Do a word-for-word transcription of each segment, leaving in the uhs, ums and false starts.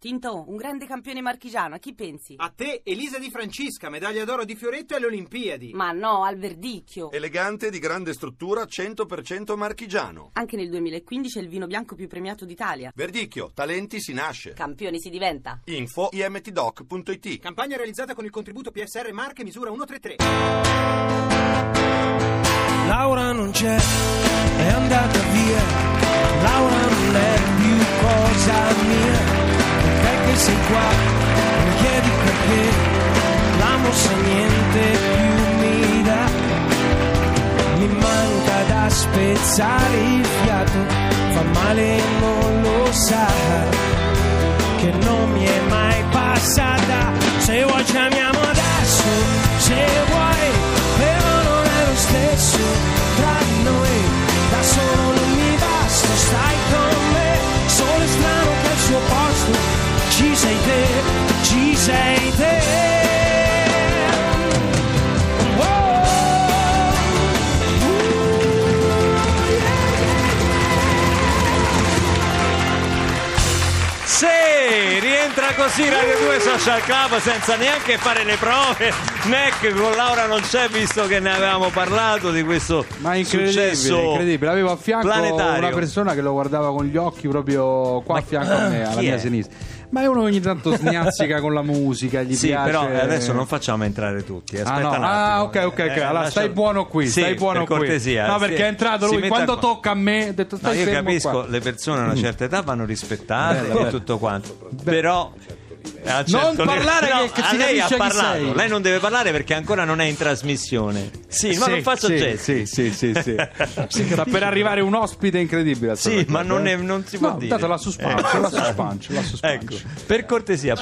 Tinto, un grande campione marchigiano, a chi pensi? A te, Elisa Di Francisca, medaglia d'oro di Fioretto alle Olimpiadi. Ma no, al Verdicchio. Elegante, di grande struttura, cento per cento marchigiano. Anche nel duemilaquindici è il vino bianco più premiato d'Italia. Verdicchio, talenti si nasce. Campioni si diventa. Info i m t doc punto i t. Campagna realizzata con il contributo P S R Marche, misura centotrentatré. Laura non c'è, è andata via. Laura non è più cosa mia. Perché che sei qua, mi chiedi perché. L'amo se niente più mi dà. Mi manca da spezzare il fiato. Fa male e non lo sa, che non mi è mai passata. Se vuoi chiamiamo adesso, se vuoi, però non è lo stesso tra noi. Da solo non mi basta, stai con me. Solo è strano che al suo posto ci sei te, ci sei te. Sì, rientra così Radio due Social Club senza neanche fare le prove. Neck con Laura non c'è, visto che ne avevamo parlato di questo Ma incredibile, successo incredibile. Avevo a fianco planetario. una persona che lo guardava con gli occhi proprio qua Ma a fianco a me, alla chi mia è? sinistra. Ma è uno che ogni tanto snazzica con la musica, gli Sì, piace. però adesso non facciamo entrare tutti. Aspetta Ah, no. un attimo. Ah, ok, ok, ok. Eh, allora lascia- stai buono qui, Sì, stai buono per cortesia. qui. No, perché Sì. è entrato Si lui. metta Quando qua. tocca a me, ho detto No, stai io fermo capisco, qua. le persone a una certa età vanno rispettate Bello, e tutto quanto. Però a un Non certo parlare livello- che- che no, si a lei ha capisce chi parlato. sei. Lei non deve parlare perché ancora non è in trasmissione. Sì, ma Sì, non faccio sì, gesti. Sì, sì, sì, sì. Sta per arrivare un ospite incredibile. a Sì, Social ma Club, non, eh. è, non si può No, dire. tanto la suspenso, la suspenso, la suspenso. Ecco, per cortesia,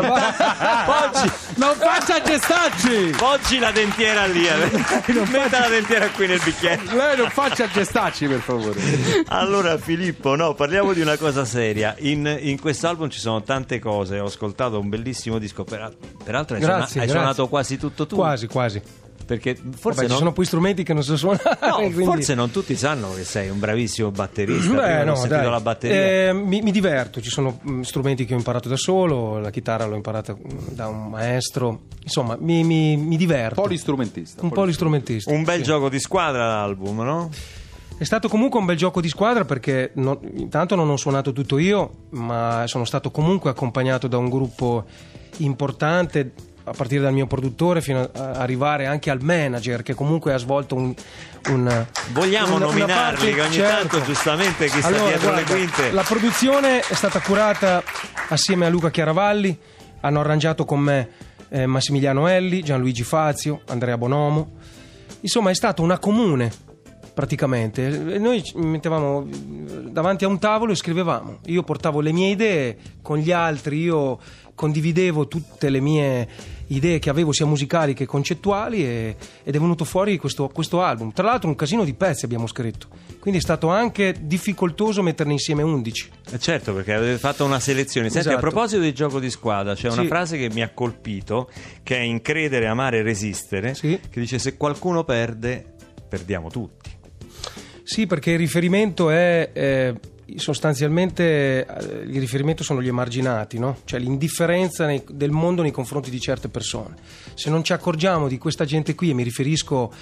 Oggi non faccia gestacci. oggi la dentiera lì, eh. Metta la dentiera qui nel bicchiere. Lei non faccia gestacci, per favore. Allora Filippo, no, parliamo di una cosa seria. In, in questo album ci sono tante cose. Ho ascoltato un bellissimo disco. Per, peraltro hai, Grazie, suona- hai grazie. suonato quasi tutto tu. Quasi, quasi. Perché forse Vabbè, ci non, sono poi strumenti che non so suonare. no, quindi- forse non tutti sanno che sei un bravissimo batterista. Beh, Prima no, ho sentito dai. la batteria. Eh, mi, mi diverto, ci sono mh, strumenti che ho imparato da solo, la chitarra l'ho imparata mh, da un maestro, insomma mi, mi, mi diverto. Polistrumentista. Un polistrumentista. Un bel sì. gioco di squadra l'album, no? È stato comunque un bel gioco di squadra perché non- intanto non ho suonato tutto io, ma sono stato comunque accompagnato da un gruppo importante, a partire dal mio produttore fino a arrivare anche al manager che comunque ha svolto un, un Vogliamo una- una nominarli, parte- che ogni certo. tanto giustamente chi sta Allora, dietro guarda, le quinte. la produzione è stata curata assieme a Luca Chiaravalli, hanno arrangiato con me eh, Massimiliano Elli, Gianluigi Fazio, Andrea Bonomo, insomma è stata una comune praticamente. E noi ci mettevamo davanti a un tavolo e scrivevamo, io portavo le mie idee con gli altri, io condividevo tutte le mie idee che avevo sia musicali che concettuali e, ed è venuto fuori questo, questo album. Tra l'altro un casino di pezzi abbiamo scritto, quindi è stato anche difficoltoso metterne insieme undici. Eh, certo, perché avete fatto una selezione. Senti, Esatto. a proposito di gioco di squadra, c'è una Sì. frase che mi ha colpito, che è in Credere, Amare, Resistere, Sì. che dice: se qualcuno perde, perdiamo tutti. Sì, perché il riferimento è eh, sostanzialmente eh, il riferimento sono gli emarginati, no? Cioè l'indifferenza nei- del mondo nei confronti di certe persone. Se non ci accorgiamo di questa gente qui, e mi riferisco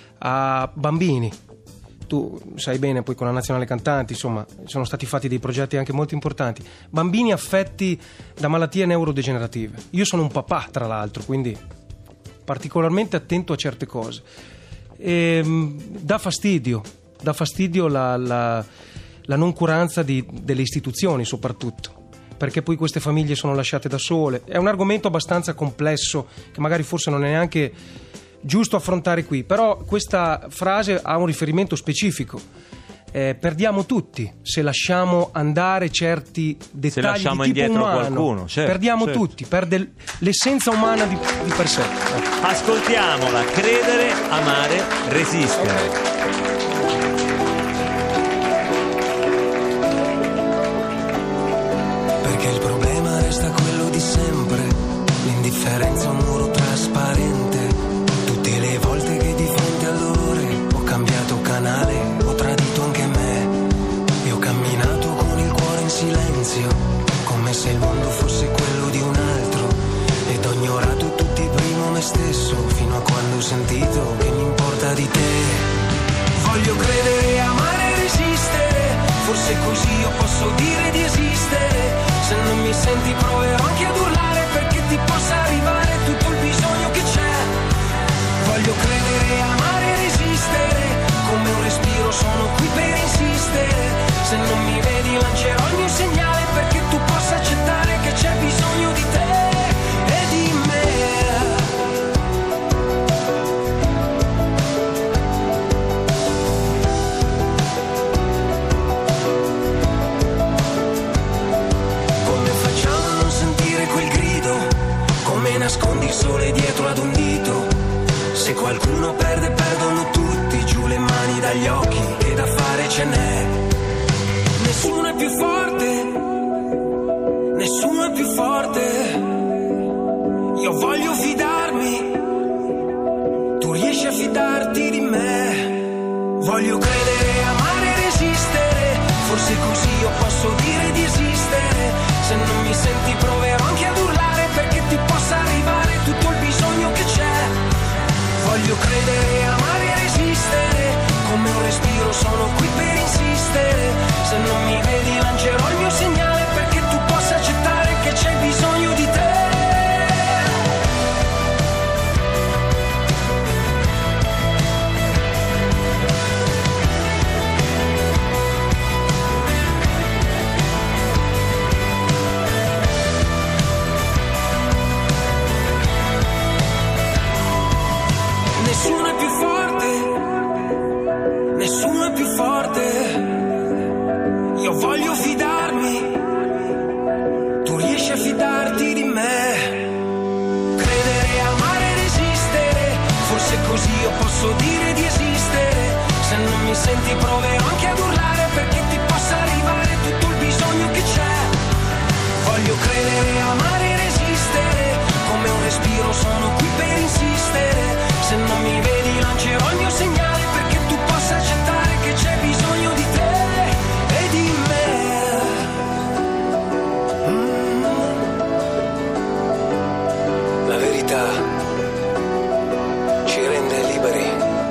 a bambini, tu sai bene, poi con la Nazionale Cantanti, insomma, sono stati fatti dei progetti anche molto importanti. Bambini affetti da malattie neurodegenerative. Io sono un papà, tra l'altro, quindi particolarmente attento a certe cose. E, mh, dà fastidio, dà fastidio la, la, la noncuranza di, delle istituzioni, soprattutto, perché poi queste famiglie sono lasciate da sole. È un argomento abbastanza complesso che magari forse non è neanche giusto affrontare qui, però questa frase ha un riferimento specifico. Eh, perdiamo tutti se lasciamo andare certi dettagli lasciamo di tipo indietro umano. qualcuno, certo, perdiamo certo. tutti, perde l'essenza umana di, di per sé. Ascoltiamola. Credere, Amare, Resistere. Perché il problema resta quello di sempre. L'indifferenza è un muro trasparente. Tutte le volte che di fronte al dolore ho cambiato canale, ho tradito anche me. E ho camminato con il cuore in silenzio, come se il mondo fosse forse così io posso dire di esistere. Se non mi senti proverò anche ad urlare perché ti possa arrivare tutto il bisogno che c'è. Voglio credere, amare e resistere, come un respiro sono qui per insistere. Se non mi vedi lancerò il mio segnale perché tu possa accettare che c'è bisogno di te e di me. Come facciamo a non sentire quel grido? Come nascondi il sole dietro ad un dito? Se qualcuno perde, perdono tutti, giù le mani dagli occhi, che da fare ce n'è. Nessuno è più forte, nessuno è più forte. Io voglio fidarmi, tu riesci a fidarti di me. Voglio credere, amare e resistere, forse così io posso dire di esistere. Se non mi senti proverò anche ad urlare perché ti possa arrivare tutto il bisogno che c'è. Voglio credere, amare e resistere, come un respiro sono qui per insistere. Se non mi vedi lancerò il mio segnale perché tu possa accettare che c'è bisogno di te. Nessuno è più forte, nessuno è più forte. Io voglio fidarmi, tu riesci a fidarti di me. Credere, amare e resistere, forse così io posso dire di esistere. Se non mi senti proverò anche ad urlare perché ti possa arrivare tutto il bisogno che c'è. Voglio credere, amare e resistere, come un respiro sono qui per insistere. Se non mi vedi lancerò il mio segnale perché tu possa accettare che c'è bisogno di te e di me. Mm. La verità ci rende liberi.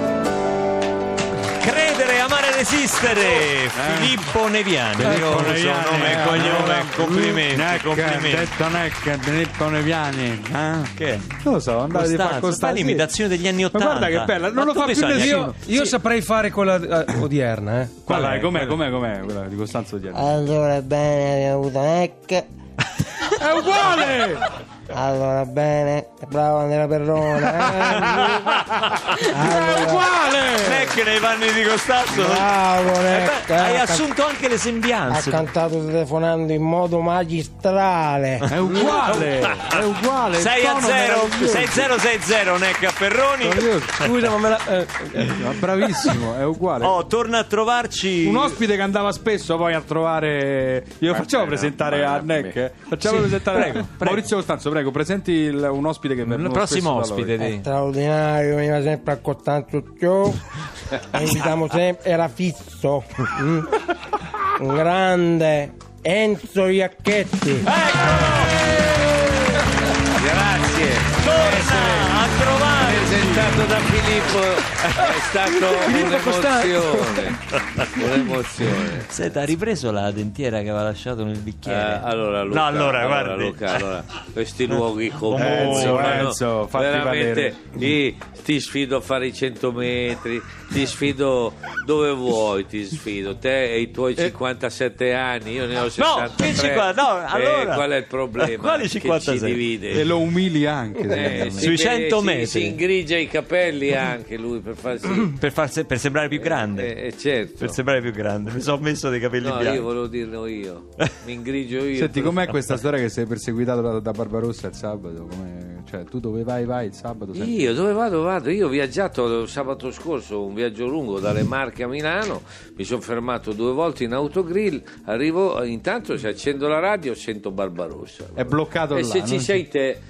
Credere, amare e resistere. Eh. Filippo Neviani. Io non so nome e cognome, complimenti, Neck, complimenti. detto Neck, Filippo Neviani. Eh? Che? Non lo so, andare di fare Costanzo, sta l'imitazione degli anni Ma ottanta. guarda che bella, non Ma lo tu fa più bisogna- nessuno. Io, io saprei fare quella eh, odierna, eh. Qual Qual è? è? Com'è, Quella? com'è, com'è quella di Costanzo Dietro? Allora bene, abbiamo avuto Neck. È uguale! Allora bene, bravo Andrea Perrone. Eh? È Allora, uguale! Neck nei panni di Costanzo. bravo Eh Neck. beh, hai Ha assunto anche le can- Ha sembianze. cantato telefonando in modo magistrale. È uguale! È uguale! il sei a tono zero, meraviglioso. sei zero sei zero Neck a Perroni. Scusa, ma me la. eh, Ma bravissimo, è uguale. Oh, torna a trovarci Un ospite che andava spesso poi a trovare. Glielo facciamo presentare a Neck? eh? Facciamo Sì, presentare prego, prego. Maurizio Costanzo, prego, presenti il- un ospite che il viene prossimo ospite È di... straordinario, veniva sempre a Costanzo Show e invitiamo sempre, era fisso. Mm. Un grande Enzo Iacchetti. Grazie. Torna a trovare Presentato da Filippo è stato un'emozione. Un'emozione. Senta, ha ripreso la dentiera che aveva lasciato nel Eh, bicchiere? allora Luca, No, allora, allora, guardi. Luca, allora, questi luoghi comuni, Enzo, ma no, Enzo, fatti veramente valere. io ti sfido a fare i cento metri, ti sfido dove vuoi, ti sfido te e i tuoi cinquantasette anni, io ne ho sessantatré. che cinquanta no, Eh, allora. qual è il problema Quali che ci cinquantasei? divide? E lo umili anche. Eh, secondo me. si Sui vede- cento si- metri. si ingrigia i capelli anche lui per farsi Per, farsi- per sembrare più grande. eh, eh, certo. Per sembrare più grande. Mi sono messo dei capelli No, bianchi. io volevo dirlo io. Mi ingrigio io. Senti, per- com'è questa storia che sei perseguitato da, da Barbarossa il sabato? Com'è? Cioè, tu dove vai, vai il sabato? Sempre? Io dove vado? Vado. Io ho viaggiato sabato scorso, un viaggio lungo dalle Marche a Milano, mi sono fermato due volte in autogrill, arrivo, intanto se accendo la radio sento Barbarossa. È bloccato E là. se ci non sei te,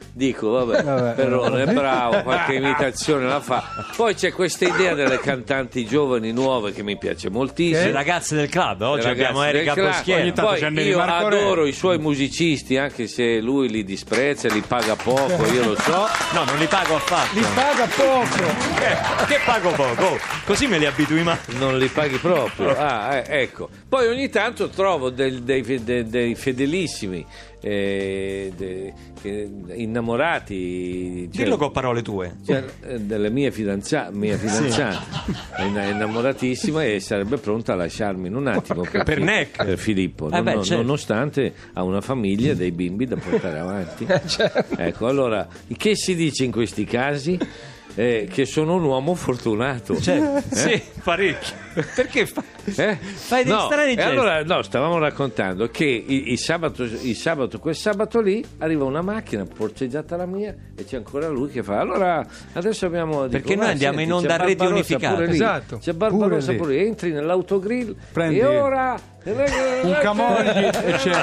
dico vabbè, Vabbè. Perrone è bravo, qualche imitazione la fa. Poi c'è questa idea delle cantanti giovani nuove che mi piace moltissimo. Le ragazze del club, oggi Le abbiamo ragazze Erika del club. Poschiera. Ogni tanto Poi c'è Neri io Marco adoro Re. i suoi musicisti, anche se lui li disprezza, li paga poco, io lo so. No, non li pago affatto. Li paga poco. Eh, che pago poco? Oh, così me li abitui mai. Non li paghi proprio. Ah, eh, ecco. Poi ogni tanto trovo del- dei, dei- dei fedelissimi eh, de- che- innamorati. cioè- Dillo con parole tue. cioè, eh, delle mie fidanzate, mia fidanzata è inna- innamoratissima e sarebbe pronta a lasciarmi in un attimo per, Per Neck. per Filippo, Eh non- beh, non- certo. nonostante ha una famiglia, dei bimbi da portare avanti. Ecco, allora che si dice in questi casi? Eh, che sono un uomo fortunato. Cioè, sì, parecchio. Perché fa- Eh? fai dei No, strani e gesti? allora no, stavamo raccontando che il, il sabato, il sabato, quel sabato lì arriva una macchina porteggiata la mia e c'è ancora lui che fa. Allora adesso abbiamo. Perché dico, noi "Ma andiamo senti, in onda c'è a reti Barbarossa unificate." pure lì, Esatto. C'è Barbarossa Pure lì. pure lì. Entri nell'autogrill Prendi e ora. un camogli e c'è.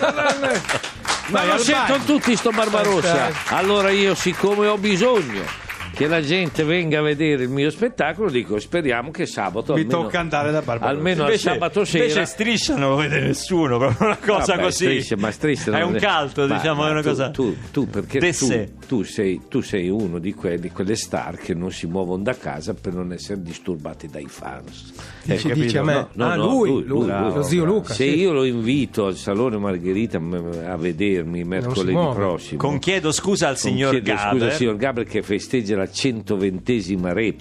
Ma Vai lo al sentono bagno. tutti sto Barbarossa. Allora io, siccome ho bisogno che la gente venga a vedere il mio spettacolo, dico speriamo che sabato Mi almeno, tocca andare da Barbarossa. almeno al Invece, sabato sera. invece Striscia non lo vede nessuno, proprio una cosa Vabbè, così. Striscia, ma Striscia è non un è- caldo, Ma- diciamo, ma è una tu, cosa. tu, tu perché De tu, sé. tu sei, tu sei uno di quelli, quelle star che non si muovono da casa per non essere disturbati dai fans. Dici, Eh, dici a me? No, no, ah, no, lui, lui, lui, lo zio Luca. Se sì. io lo invito al Salone Margherita m- a vedermi mercoledì muove. prossimo, Con chiedo scusa al con signor chiedo Gaber. scusa al signor Gaber che festeggia la centoventesima replica.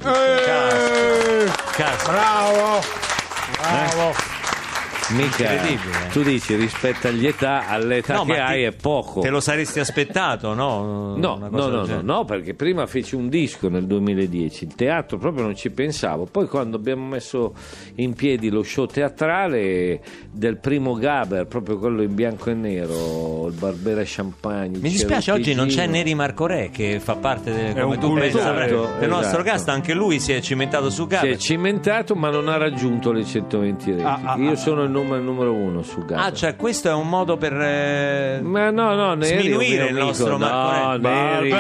Cazzo. Bravo. Bravo. Mica, Incredibile. tu dici rispetto agli età, all'età No, che ma ti- hai è poco. Te lo saresti aspettato, no? No, Una no, cosa no, del no, genere. no, perché prima feci un disco nel duemiladieci, il teatro proprio non ci pensavo, poi quando abbiamo messo in piedi lo show teatrale del primo Gaber, proprio quello in bianco e nero, il Barbera Champagne, Mi dispiace, oggi non c'è Neri Marco Re che fa parte del, come un tu ben cultore. saprai, del Esatto. nostro cast, anche lui si è cimentato su si è Gaber. cimentato ma non ha raggiunto le centoventi reti. Ah, ah, Io ah. sono il numero, il numero uno su Gaber. Ah, cioè questo è un modo per eh, Ma no, no, Neri, sminuire è un il mio nostro amico. Marco No, Re. Neri.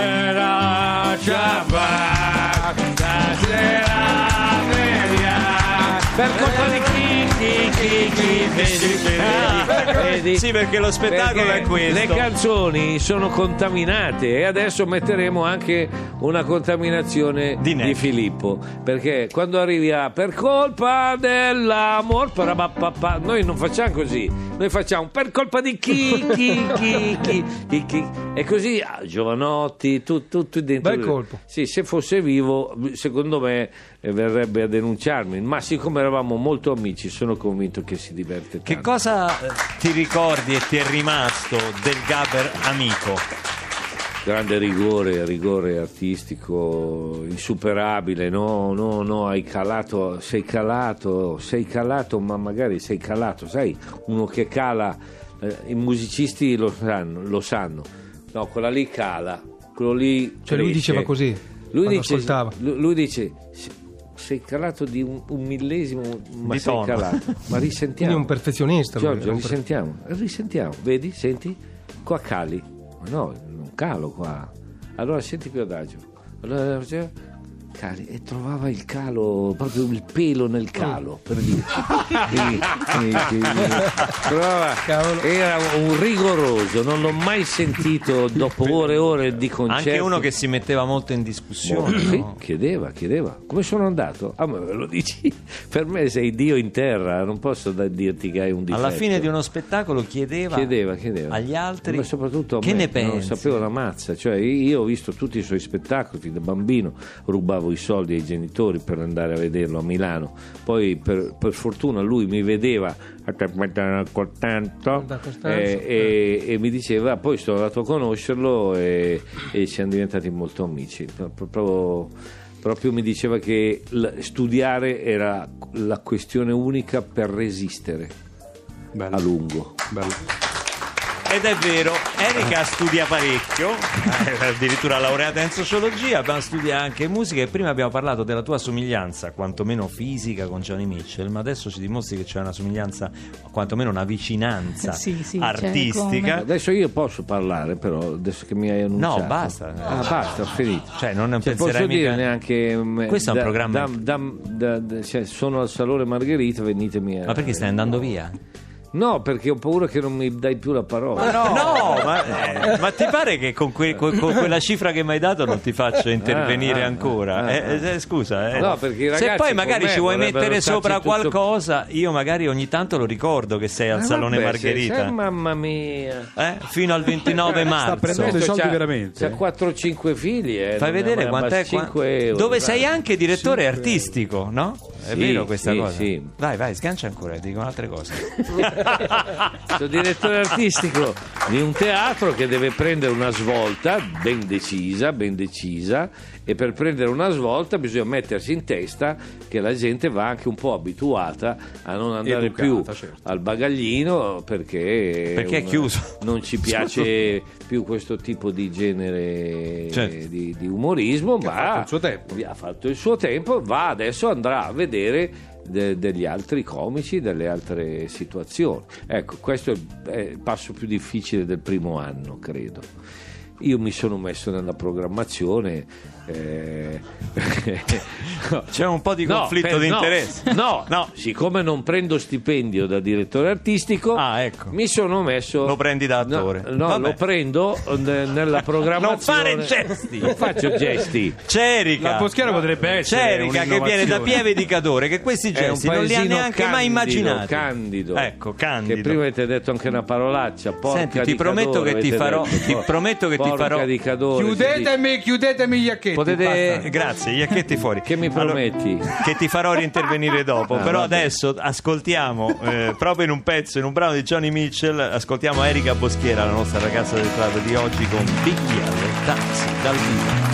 Per colpa di chi, chi, chi, chi, vedi, vedi, vedi? Sì, perché lo spettacolo Perché è questo. le canzoni sono contaminate e adesso metteremo anche una contaminazione Di di, Neck. Filippo, perché quando arrivi a per colpa dell'amor parabapapà, noi non facciamo così, noi facciamo per colpa di chi chi chi chi, chi, chi. E così ah, Giovanotti tu, tutto dentro. Bel colpo. Sì, se fosse vivo secondo me eh, verrebbe a denunciarmi, ma siccome eravamo molto amici sono convinto che si diverte tanto. Che cosa eh, ti ricordi e ti è rimasto del Gaber amico? Grande rigore, rigore artistico insuperabile. No, no, no, hai calato, sei calato, sei calato, ma magari sei calato, sai, uno che cala, eh, i musicisti lo sanno, lo sanno. No, quella lì cala, quello lì Cioè lui cresce. diceva così, Lui quando dice, ascoltava. lui, lui dice sei calato di un, un millesimo, ma Di sei tono. calato. Ma risentiamo. Quindi è un perfezionista. lui, Giorgio, era un per- risentiamo, risentiamo, vedi, senti, qua cali, ma no, non calo qua, allora senti più adagio, allora cali, e trovava il calo, proprio il pelo nel calo, per dire. Quindi, quindi, quindi, trovava- Cavolo. era un rigoroso, non l'ho mai sentito dopo ore e ore di concerti. Anche uno che si metteva molto in discussione. Oh, sì, no? chiedeva, chiedeva. Come sono andato? Ah, ma me lo dici? Per me sei Dio in terra, non posso da- dirti che hai un difetto. Alla fine di uno spettacolo chiedeva, Chiedeva, chiedeva. agli altri Ma soprattutto a che me, ne pensi? non sapevo la mazza. Cioè, io ho visto tutti i suoi spettacoli fin da bambino, rubavo i soldi ai genitori per andare a vederlo a Milano. Poi, per, per fortuna, lui mi vedeva contento Da Costanzo. e, e- e mi diceva, poi sono andato a conoscerlo e, e siamo diventati molto amici. Proprio, proprio mi diceva che l- studiare era la questione unica per resistere Bello. a lungo. Bello. Ed è vero, Erika studia parecchio, eh, addirittura laureata in sociologia, abbiamo studiato anche musica e prima abbiamo parlato della tua somiglianza, quantomeno fisica, con Joni Mitchell, ma adesso ci dimostri che c'è una somiglianza, quantomeno una vicinanza Sì, sì, artistica. cioè, Adesso io posso parlare, però, adesso che mi hai annunciato. No, basta. Ah, basta, ho finito. Cioè, non Cioè, penserai posso dire mica... neanche. mm, Questo è un da- programma- da- da- da- da- cioè, sono al Salone Margherita, venitemi a. Ma perché stai andando via? No, perché ho paura che non mi dai più la parola. No, no ma, eh, ma ti pare che con, que- con- con quella cifra che mi hai dato non ti faccio intervenire Ah, ah, ancora? ah, Eh, eh, scusa, eh. No, perché i se ragazzi poi con magari me ci vuoi vorrebbero mettere sopra starci tutto- qualcosa, io magari ogni tanto lo ricordo che sei al Eh, Salone vabbè, Margherita. se- se- mamma mia. Eh? Fino al ventinove marzo. Sta prendendo i soldi C'ha- veramente. C'ha quattro cinque figli. Eh, Fai non è- vedere ma- quant'è ma cinque qua- euro, dove dai. sei anche direttore artistico, no? È Sì, vero questa sì, cosa? sì. Vai, vai, sgancia ancora, ti dicono altre cose. Sono direttore artistico di un teatro che deve prendere una svolta ben decisa, ben decisa, e per prendere una svolta bisogna mettersi in testa che la gente va anche un po' abituata a non andare Educata, più certo. al bagaglino perché, Perché è una- chiuso. non ci piace più questo tipo di genere Certo. di, di umorismo, Che ha ma fatto il suo tempo. ha fatto il suo tempo, va adesso andrà a vedere de- degli altri comici, delle altre situazioni. Ecco, questo è è il passo più difficile del primo anno, credo. Io mi sono messo nella programmazione. eh, C'è un po' di No, conflitto per- di no, interesse. No, No. siccome non prendo stipendio da direttore artistico, Ah, ecco. mi sono messo. Lo prendi da No, attore. No, Vabbè. lo prendo ne- nella programmazione. Non fare gesti. Non faccio gesti. C'è Erika. La Boschiero potrebbe essere C'è Erika che viene da Pieve di Cadore, che questi È un gesti non li ha paesino neanche mai candido, immaginati. Candido. Ecco, candido. Che prima ti hai detto anche una parolaccia. Porca Senti, ti di prometto Cadore, che ti avete farò- detto. ti prometto che ti Porca farò- di Cadore, Chiudetemi, chiudetemi gli acchetti. Potete, basta. grazie, gli acchetti fuori. Che mi Allora, prometti? che ti farò rintervenire dopo. Ah, Però vabbè. adesso ascoltiamo, eh, proprio in un pezzo, in un brano di Joni Mitchell, ascoltiamo Erika Boschiera, la nostra ragazza del club di oggi, con Bicchiere Taxi dal vivo.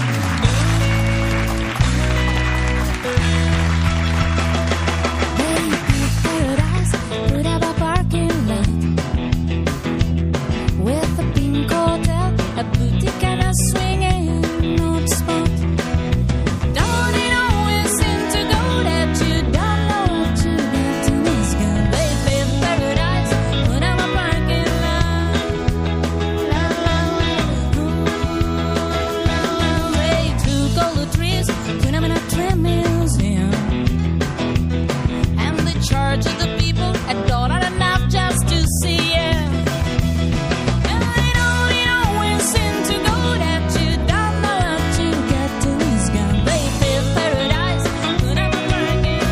Paradise could have a parking lot with a pink hotel, a boutique and a swinging note spot. Don't it always seem to go that you don't know what you get to this girl? Baby, paradise could have a parking lot. La, la, la. Ooh, la, la. Way to go to trees, could have been a trim museum. And they charge the people a dollar and a half just to see it. And it only always seems to go that you don't know what you get to this gun. Baby, paradise could have a parking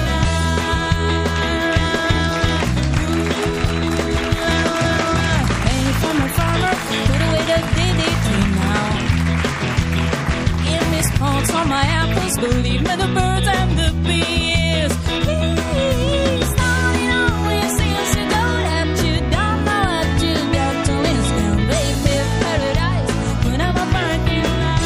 lot. Penny from a farmer, put away the D D T now. Give me spots on my apples, believe me, the birds and the bees. Please, don't it always seems to go that you don't know what you got to this girl. Baby, paradise could have a parking lot.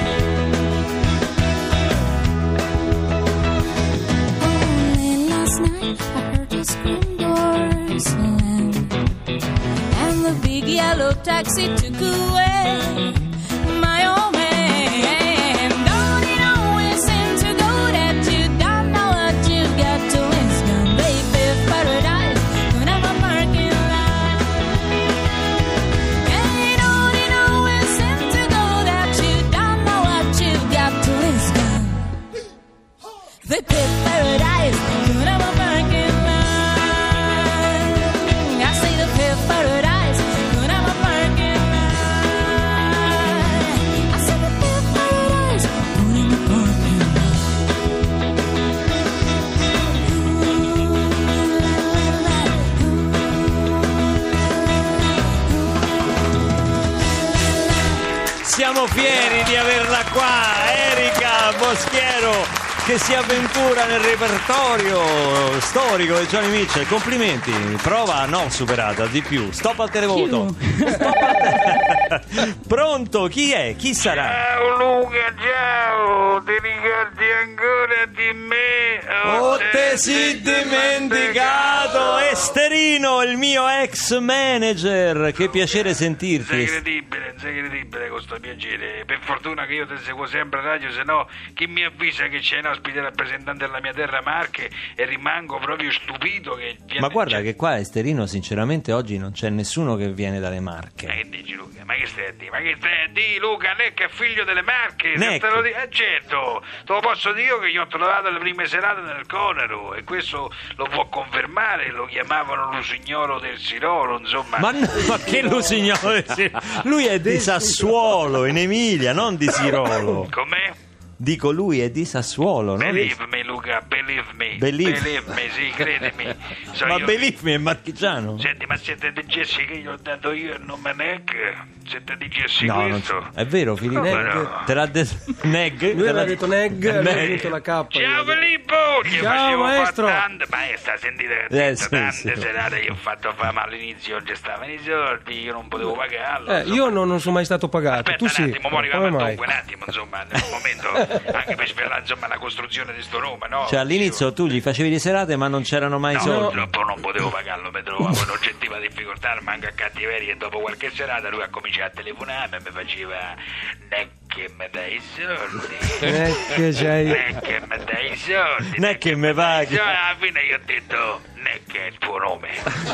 Only last night I heard the screen door slam, and the big yellow taxi took away my old man. Don't it always seem to go that you don't know what you got to this gun. Baby, paradise could have a parking lot. And don't it always seem to go that you don't know what you got to this gun. Baby, paradise could have a parking lot. I say the pit paradise could have a parking lot. I say the pit paradise could have a parking lot. Siamo fieri di averla qua, Erika Boschiero, che si avventura nel repertorio storico di Joni Mitchell. Complimenti, prova no superata, di più. Stop al televoto. Stop al te- Pronto, chi è? Chi sarà? Ciao Luca, ciao, ti ricordi ancora di me? Oh, te avessi dimenticato Esterino, il mio ex manager. Che piacere Sei sentirti. credibile, sei credibile con sto piacere. Per fortuna che io ti seguo sempre a radio, se no chi mi avvisa che c'è un ospite rappresentante della mia terra Marche e rimango proprio stupito che viene... Ma guarda cioè- che qua a Esterino sinceramente oggi non c'è nessuno che viene dalle Marche. Ma che dici Luca? Ma che stai a dire? Ma che stai a dire Luca? Neck è figlio delle Marche. Se Neck? te lo dico, eh certo, te lo posso dire io che gli ho trovato le prime serate nel Conero e questo lo può confermare, lo chiamavano Lusignolo del Sirolo, insomma. Ma, no, ma che lusignolo? Lui è di Sassuolo, in Emilia, non di Sirolo. Com'è? Dico, lui è di Sassuolo, no? Believe me Luca, believe me. Believe. Believe me, sì, credimi. So Ma io- believe me è marchigiano. Senti, ma se te dicessi che gli ho dato io il nome Neck, se te dicessi No, non questo... c'è. È vero, Filippo? Come no? Te l'ha detto Neg? Lui Te aveva l'ha- detto Neg, Neg. aveva detto la K. Ciao Filippo! Che Ciao, facevo maestro. fa tante, maestra, sentite, Eh, tante, sì, tante sì. serate che ho fatto fama all'inizio, non ci stavano i soldi, io non potevo pagarlo. Eh, insomma. io non, non sono mai stato pagato. Aspetta Tu un sì. attimo, mo arriviamo Come a mai? dunque, un attimo, insomma, nel momento, anche per svelare insomma la costruzione di sto Roma, no? Cioè all'inizio tu gli facevi le serate ma non c'erano mai No, soldi. purtroppo non potevo pagarlo, mi trovavo in oggettiva difficoltà, manca a cattiveria e dopo qualche serata lui ha cominciato a telefonarmi e mi faceva "Ne che mi dai i soldi, Eh, che c'hai... ne che mi dai i soldi, Ne che me paghi." Alla fine io ho detto "Ne che è il tuo nome".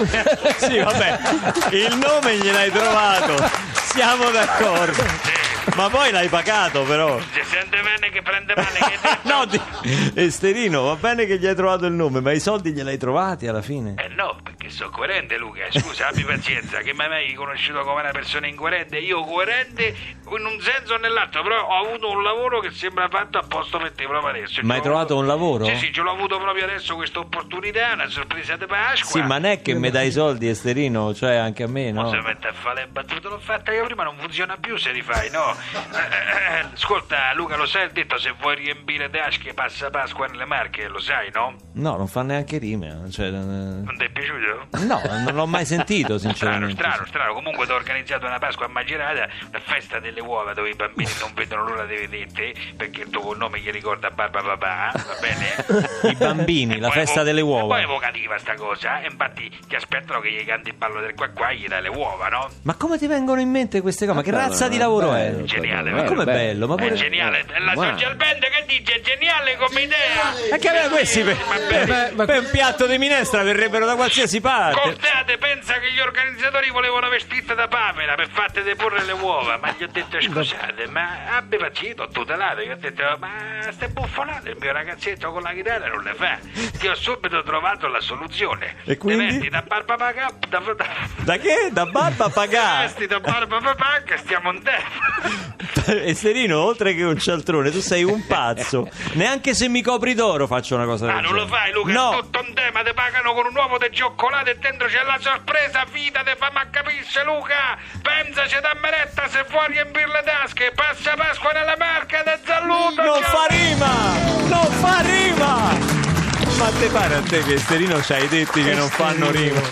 Sì, vabbè, il nome gliel'hai trovato, siamo d'accordo. Ma poi l'hai pagato però. Si sente bene che prende male che hai detto? No, di... Esterino, va bene che gli hai trovato il nome, ma i soldi gliel'hai trovati alla fine? Eh no, perché sono coerente Luca, scusa, abbi pazienza, che mi hai mai conosciuto come una persona incoerente? Io coerente in un senso o nell'altro, però ho avuto un lavoro che sembra fatto apposta per te proprio adesso. Ma hai Ce l'ho trovato avuto- un lavoro? Sì, sì, ce l'ho avuto proprio adesso questa opportunità, una sorpresa di Pasqua. Sì, ma non è che mi dai i soldi, Esterino, cioè anche a me, Ma no? se mette a fare le battute, l'ho fatta io prima, non funziona più se rifai, no? Eh, eh, ascolta Luca, lo sai il detto, se vuoi riempire tasche passa Pasqua nelle Marche, lo sai, no? No, non fa neanche rime, cioè... eh, Non ti è piaciuto? No, non l'ho mai sentito, Strano, sinceramente. strano, strano. Comunque ti ho organizzato una Pasqua a Macerata, una festa delle uova dove i bambini non vedono l'ora di vederti, perché il tuo cognome gli ricorda Barba Papà, va bene? I bambini, la Poi festa evo- delle uova. Poi è evocativa sta cosa, e infatti ti aspettano che gli canti il ballo del qua qua e gli dai le uova, no? Ma come ti vengono in mente queste cose? Ma che razza di lavoro è? Geniale, Ma com'è bello? Ma È pure... geniale, è la social band che dice è geniale come idea. E che aveva questi per, per- per un piatto di minestra verrebbero da qualsiasi parte. Ascoltate, pensa che gli organizzatori volevano vestirti da papera per farti deporre le uova, ma gli ho detto scusate, ma abbi pazienza, ho tutelato, gli ho detto ma stai buffonando, il mio ragazzetto con la chitarra non le fa, ti ho subito trovato la soluzione. E quindi? Ti vesti da barba papà, da, da, Da che? Da barba a pagare? vesti da barba papà che stiamo in tempo. Esterino, oltre che un cialtrone, tu sei un pazzo. Neanche se mi copri d'oro faccio una cosa del Ah, non lo genere. fai Luca, No. è tutto un tema, ti pagano con un uovo di cioccolato e dentro c'è la sorpresa, vita, te fa ma capisce Luca, pensaci da meretta se vuoi riempire le tasche, passa Pasqua nella Marca, te saluto, Non ciao. fa rima! Non fa rima! Ma te pare a te che Esterino c'hai detti che non fanno rima?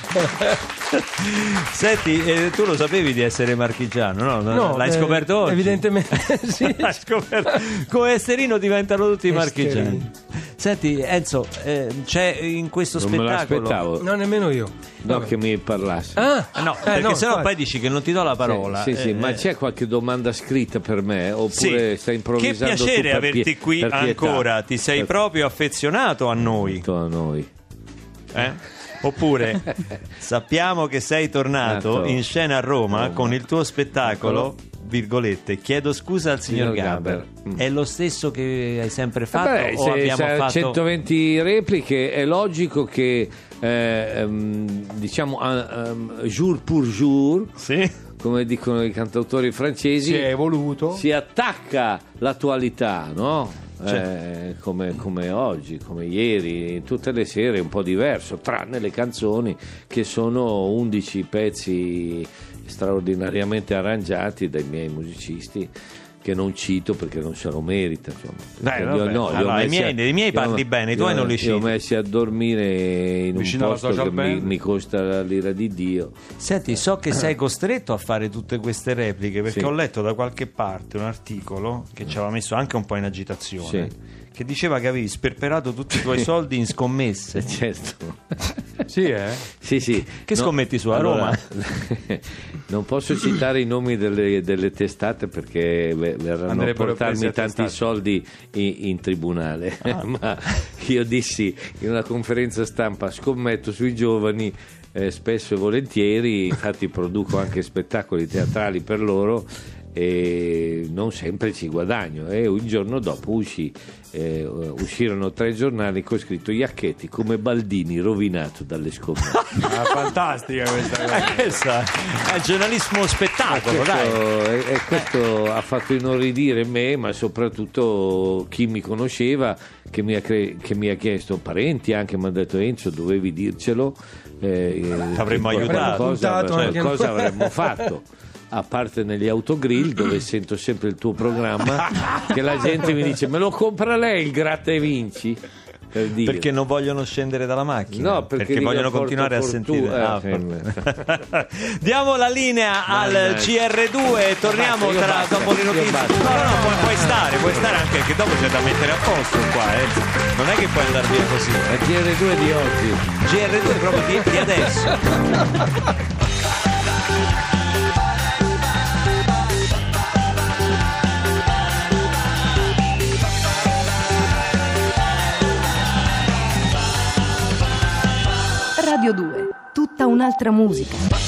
Senti, eh, tu lo sapevi di essere marchigiano, no? No, L'hai eh, scoperto oggi? Evidentemente sì. L'hai scoperto. Come Esterino diventano tutti marchigiani. Esterino. Senti, Enzo, eh, c'è in questo Non me spettacolo... l'aspettavo. No, nemmeno io. No, che mi parlassi. Ah, Eh, No, eh, perché no, sennò infatti. poi dici che non ti do la parola. Sì, sì, Eh, ma eh, c'è qualche domanda scritta per me? Oppure sì. stai Che improvvisando tu piacere per averti pie- qui per pietà? ancora, ti sei Per- proprio affezionato a noi. a noi. Eh? Oppure sappiamo che sei tornato Certo. in scena a Roma Roma. con il tuo spettacolo, virgolette, chiedo scusa al signor Signor Gaber. Gaber. Mm. È lo stesso che hai sempre fatto Vabbè, o se, abbiamo se ha fatto centoventi repliche è logico che eh, ehm, diciamo ehm, jour pour jour, Sì? come dicono i cantautori francesi, Si è evoluto. si attacca l'attualità, no? Certo. Eh, come, come oggi, come ieri, tutte le sere è un po' diverso, tranne le canzoni che sono undici pezzi straordinariamente arrangiati dai miei musicisti, che non cito perché non se lo merita, insomma. Dai, Io- vabbè. no, li ho Allora, i messi miei- dei miei li ho- parli bene, i tuoi li ho- non li li ho citi. messi a dormire in Vicino un alla posto social che mi, band? mi costa l'ira di Dio. Senti, so che sei costretto a fare tutte queste repliche perché Sì. ho letto da qualche parte un articolo che ci aveva messo anche un po' in agitazione, Sì. che diceva che avevi sperperato tutti i tuoi soldi in scommesse. Certo. Sì, eh? Sì, sì. Che No, scommetti su a allora, Roma? non posso citare i nomi delle, delle testate perché ve- verranno a Andrebbero presi portarmi a tanti testate. soldi in, in tribunale. Ah. Ma io dissi in una conferenza stampa: scommetto sui giovani. Eh, spesso e volentieri, infatti produco anche spettacoli teatrali per loro e non sempre ci guadagno. E un giorno dopo uscì, eh, uscirono tre giornali con scritto: Iacchetti come Baldini rovinato dalle scommesse. Ah, fantastica questa cosa. Eh, questa è giornalismo spettacolo, questo, dai. e- e questo ha fatto inorridire me, ma soprattutto chi mi conosceva, che mi ha, cre- che mi ha chiesto, parenti anche, mi hanno detto: Enzo, dovevi dircelo. Eh, T'avremmo eh, aiutato. qualcosa, Puntato anche qualcosa noi. avremmo fatto. A parte negli autogrill dove sento sempre il tuo programma, che la gente mi dice: me lo compra lei il gratta e vinci? Per dire. Perché non vogliono scendere dalla macchina, No, perché dico, vogliono porto continuare a fortuna, sentire. eh, Ah, sì. diamo la linea al Mannaggia. C R due, torniamo Basta, io tra, basta, dopo le io notizie. basta. No, no, puoi, puoi stare, puoi stare anche che dopo c'è da mettere a posto qua, eh. Non è che puoi andare via così. La G R due di oggi. G R due proprio di, di adesso. Radio due, tutta un'altra musica.